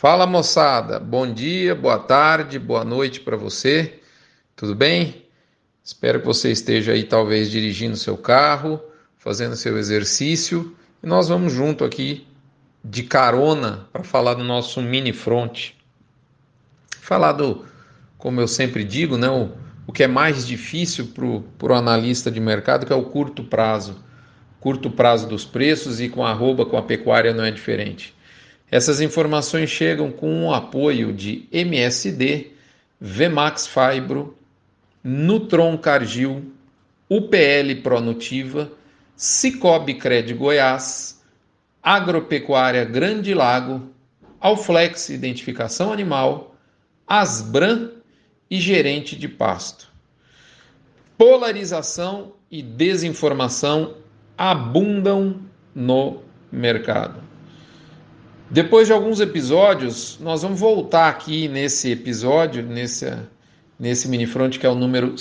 Fala moçada, bom dia, boa tarde, boa noite para você, tudo bem? Espero que você esteja aí talvez dirigindo seu carro, fazendo seu exercício e nós vamos junto aqui de carona para falar do nosso mini front. Falar do, como eu sempre digo, né, o que é mais difícil para o analista de mercado, que é o curto prazo dos preços e com a pecuária não é diferente. Essas informações chegam com o apoio de MSD, Vemax Fibro, Nutron Cargill, UPL Pronutiva, Cicobi Cred Goiás, Agropecuária Grande Lago, Alflex Identificação Animal, Asbram e Gerente de Pasto. Polarização e desinformação abundam no mercado. Depois de alguns episódios, nós vamos voltar aqui nesse episódio, nesse minifront que é o número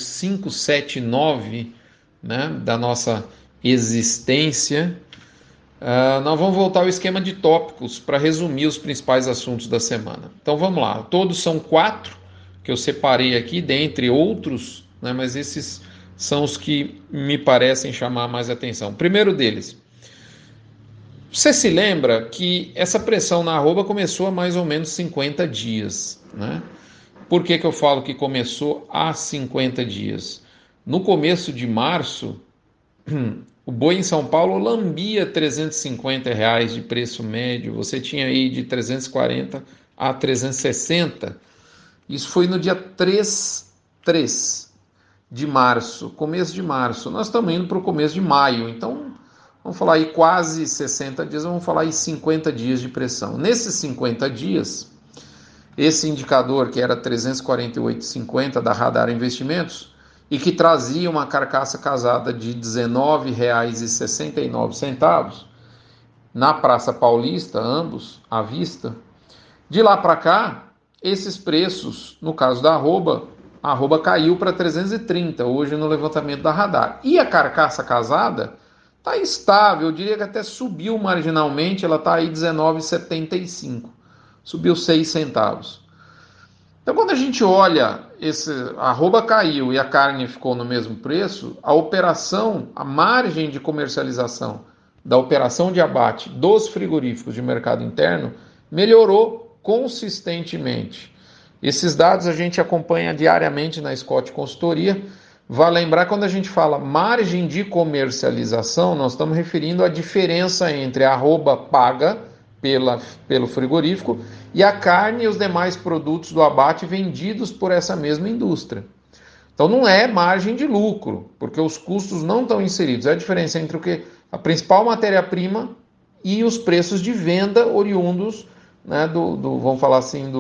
579, né, da nossa existência. Nós vamos voltar ao esquema de tópicos para resumir os principais assuntos da semana. Então vamos lá, todos são 4 que eu separei aqui, dentre outros, né, mas esses são os que me parecem chamar mais atenção. O primeiro deles: você se lembra que essa pressão na arroba começou há mais ou menos 50 dias, né? Por que eu falo que começou há 50 dias? No começo de março, o boi em São Paulo lambia R$ 350 de preço médio, você tinha aí de 340 a 360. Isso foi no dia 3 de março, começo de março. Nós estamos indo para o começo de maio, então vamos falar aí quase 60 dias, vamos falar aí 50 dias de pressão. Nesses 50 dias, esse indicador que era 348,50 da Radar Investimentos e que trazia uma carcaça casada de R$ 19,69 na Praça Paulista, ambos à vista. De lá para cá, esses preços, no caso da arroba, a arroba caiu para 330 hoje no levantamento da Radar. E a carcaça casada está estável, eu diria que até subiu marginalmente, ela está aí 19,75, subiu 6 centavos. Então quando a gente olha, a arroba caiu e a carne ficou no mesmo preço, a operação, a margem de comercialização da operação de abate dos frigoríficos de mercado interno melhorou consistentemente. Esses dados a gente acompanha diariamente na Scott Consultoria. Vale lembrar, quando a gente fala margem de comercialização, nós estamos referindo à diferença entre a arroba paga pelo frigorífico e a carne e os demais produtos do abate vendidos por essa mesma indústria. Então não é margem de lucro, porque os custos não estão inseridos. É a diferença entre o que a principal matéria-prima e os preços de venda oriundos, né, vamos falar assim,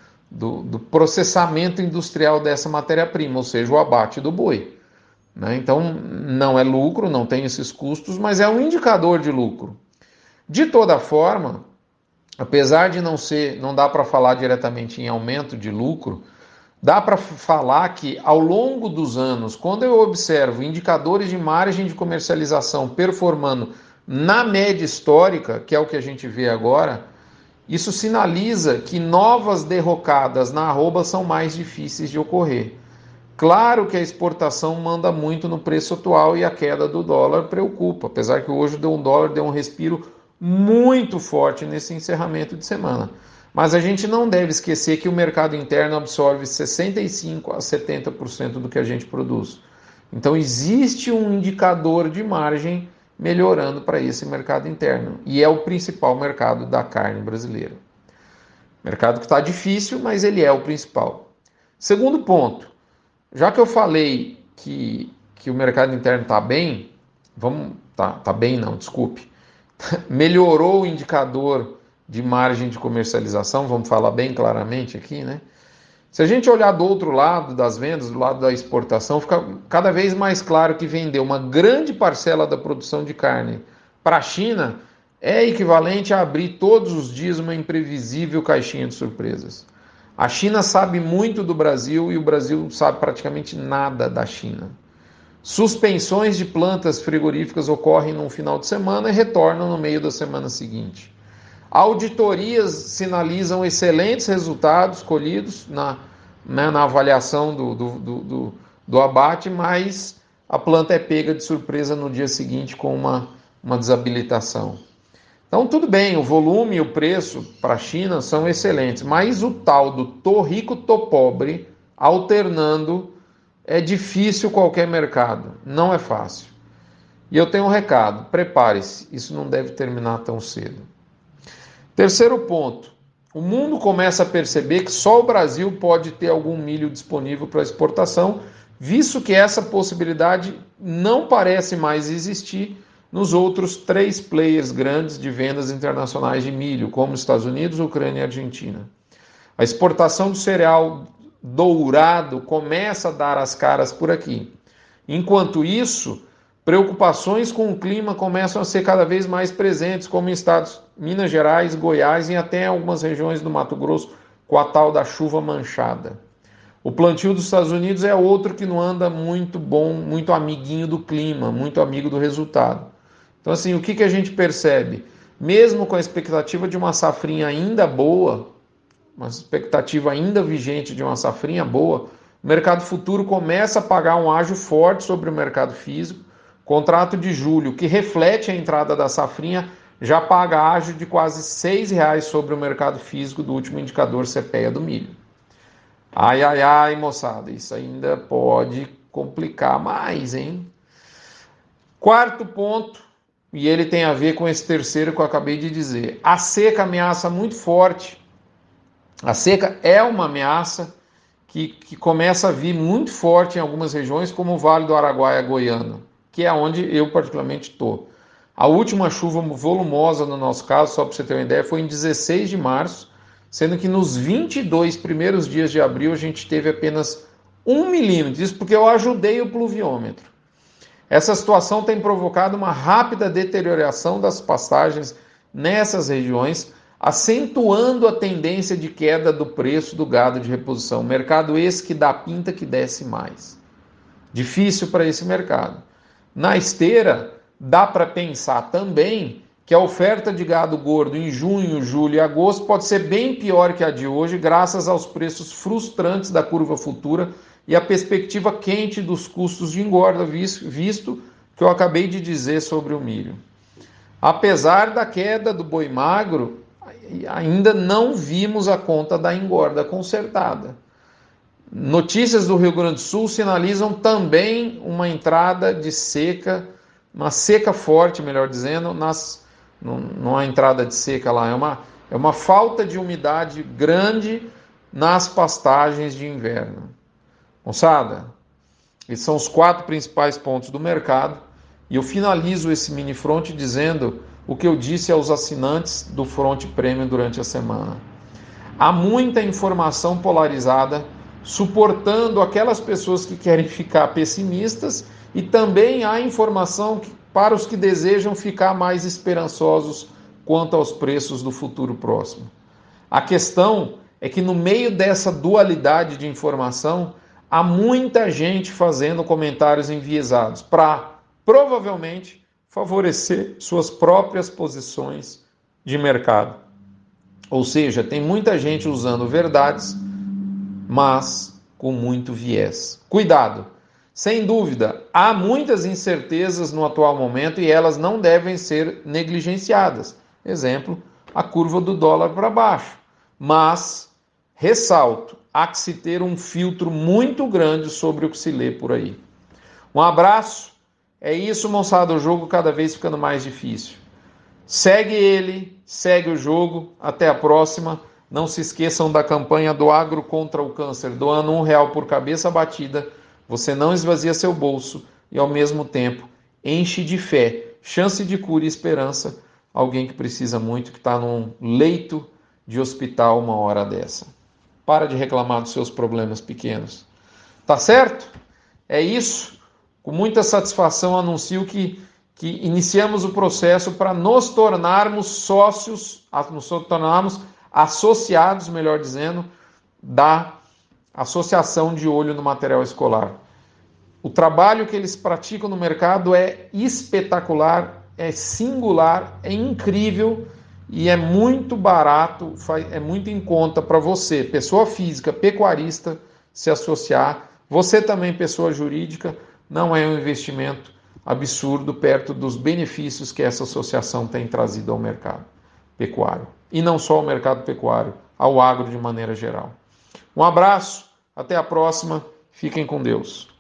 do processamento industrial dessa matéria-prima, ou seja, o abate do boi. Né? Então, não é lucro, não tem esses custos, mas é um indicador de lucro. De toda forma, apesar de não dá para falar diretamente em aumento de lucro, dá para falar que ao longo dos anos, quando eu observo indicadores de margem de comercialização performando na média histórica, que é o que a gente vê agora, isso sinaliza que novas derrocadas na arroba são mais difíceis de ocorrer. Claro que a exportação manda muito no preço atual e a queda do dólar preocupa, apesar que hoje o dólar deu um respiro muito forte nesse encerramento de semana. Mas a gente não deve esquecer que o mercado interno absorve 65% a 70% do que a gente produz. Então existe um indicador de margem melhorando para esse mercado interno. E é o principal mercado da carne brasileira. Mercado que está difícil, mas ele é o principal. Segundo ponto, já que eu falei que o mercado interno está bem, melhorou o indicador de margem de comercialização, vamos falar bem claramente aqui, né? Se a gente olhar do outro lado das vendas, do lado da exportação, fica cada vez mais claro que vender uma grande parcela da produção de carne para a China é equivalente a abrir todos os dias uma imprevisível caixinha de surpresas. A China sabe muito do Brasil e o Brasil sabe praticamente nada da China. Suspensões de plantas frigoríficas ocorrem num final de semana e retornam no meio da semana seguinte. Auditorias sinalizam excelentes resultados colhidos na avaliação do abate, mas a planta é pega de surpresa no dia seguinte com uma desabilitação. Então, tudo bem, o volume e o preço para a China são excelentes, mas o tal do tô rico, tô pobre, alternando, é difícil qualquer mercado, não é fácil. E eu tenho um recado, prepare-se, isso não deve terminar tão cedo. Terceiro ponto, o mundo começa a perceber que só o Brasil pode ter algum milho disponível para exportação, visto que essa possibilidade não parece mais existir nos outros 3 players grandes de vendas internacionais de milho, como Estados Unidos, Ucrânia e Argentina. A exportação do cereal dourado começa a dar as caras por aqui. Enquanto isso, preocupações com o clima começam a ser cada vez mais presentes, como em estados Minas Gerais, Goiás e até algumas regiões do Mato Grosso, com a tal da chuva manchada. O plantio dos Estados Unidos é outro que não anda muito bom, muito amiguinho do clima, muito amigo do resultado. Então, assim, o que a gente percebe? Mesmo com a expectativa de uma safrinha ainda boa, uma expectativa ainda vigente de uma safrinha boa, o mercado futuro começa a pagar um ágio forte sobre o mercado físico. Contrato de julho, que reflete a entrada da safrinha, já paga ágio de quase R$6 sobre o mercado físico do último indicador CPEA do milho. Ai, ai, ai, moçada, isso ainda pode complicar mais, hein? Quarto ponto, e ele tem a ver com esse terceiro que eu acabei de dizer. A seca ameaça muito forte. A seca é uma ameaça que começa a vir muito forte em algumas regiões, como o Vale do Araguaia Goiano, que é onde eu particularmente estou. A última chuva volumosa, no nosso caso, só para você ter uma ideia, foi em 16 de março, sendo que nos 22 primeiros dias de abril a gente teve apenas 1 milímetro. Isso porque eu ajudei o pluviômetro. Essa situação tem provocado uma rápida deterioração das pastagens nessas regiões, acentuando a tendência de queda do preço do gado de reposição. Mercado esse que dá pinta que desce mais. Difícil para esse mercado. Na esteira, dá para pensar também que a oferta de gado gordo em junho, julho e agosto pode ser bem pior que a de hoje, graças aos preços frustrantes da curva futura e a perspectiva quente dos custos de engorda, visto que eu acabei de dizer sobre o milho. Apesar da queda do boi magro, ainda não vimos a conta da engorda consertada. Notícias do Rio Grande do Sul sinalizam também uma entrada de seca, uma seca forte, melhor dizendo, não é entrada de seca lá, é uma falta de umidade grande nas pastagens de inverno. Moçada, esses são os 4 principais pontos do mercado e eu finalizo esse mini front dizendo o que eu disse aos assinantes do Front Premium durante a semana. Há muita informação polarizada suportando aquelas pessoas que querem ficar pessimistas e também há informação para os que desejam ficar mais esperançosos quanto aos preços do futuro próximo. A questão é que no meio dessa dualidade de informação, há muita gente fazendo comentários enviesados para, provavelmente, favorecer suas próprias posições de mercado. Ou seja, tem muita gente usando verdades, mas com muito viés. Cuidado! Sem dúvida, há muitas incertezas no atual momento e elas não devem ser negligenciadas. Exemplo, a curva do dólar para baixo. Mas, ressalto, há que se ter um filtro muito grande sobre o que se lê por aí. Um abraço. É isso, moçada. O jogo cada vez ficando mais difícil. Segue ele, segue o jogo. Até a próxima. Não se esqueçam da campanha do Agro contra o Câncer. Doando R$1 por cabeça batida, você não esvazia seu bolso e, ao mesmo tempo, enche de fé, chance de cura e esperança alguém que precisa muito, que está num leito de hospital uma hora dessa. Para de reclamar dos seus problemas pequenos. Tá certo? É isso. Com muita satisfação anuncio que iniciamos o processo para nos tornarmos sócios, nos tornarmos associados, melhor dizendo, da Associação de Olho no Material Escolar. O trabalho que eles praticam no mercado é espetacular, é singular, é incrível e é muito barato, é muito em conta para você, pessoa física, pecuarista, se associar. Você também, pessoa jurídica, não é um investimento absurdo perto dos benefícios que essa associação tem trazido ao mercado pecuário. E não só ao mercado pecuário, ao agro de maneira geral. Um abraço, até a próxima, fiquem com Deus.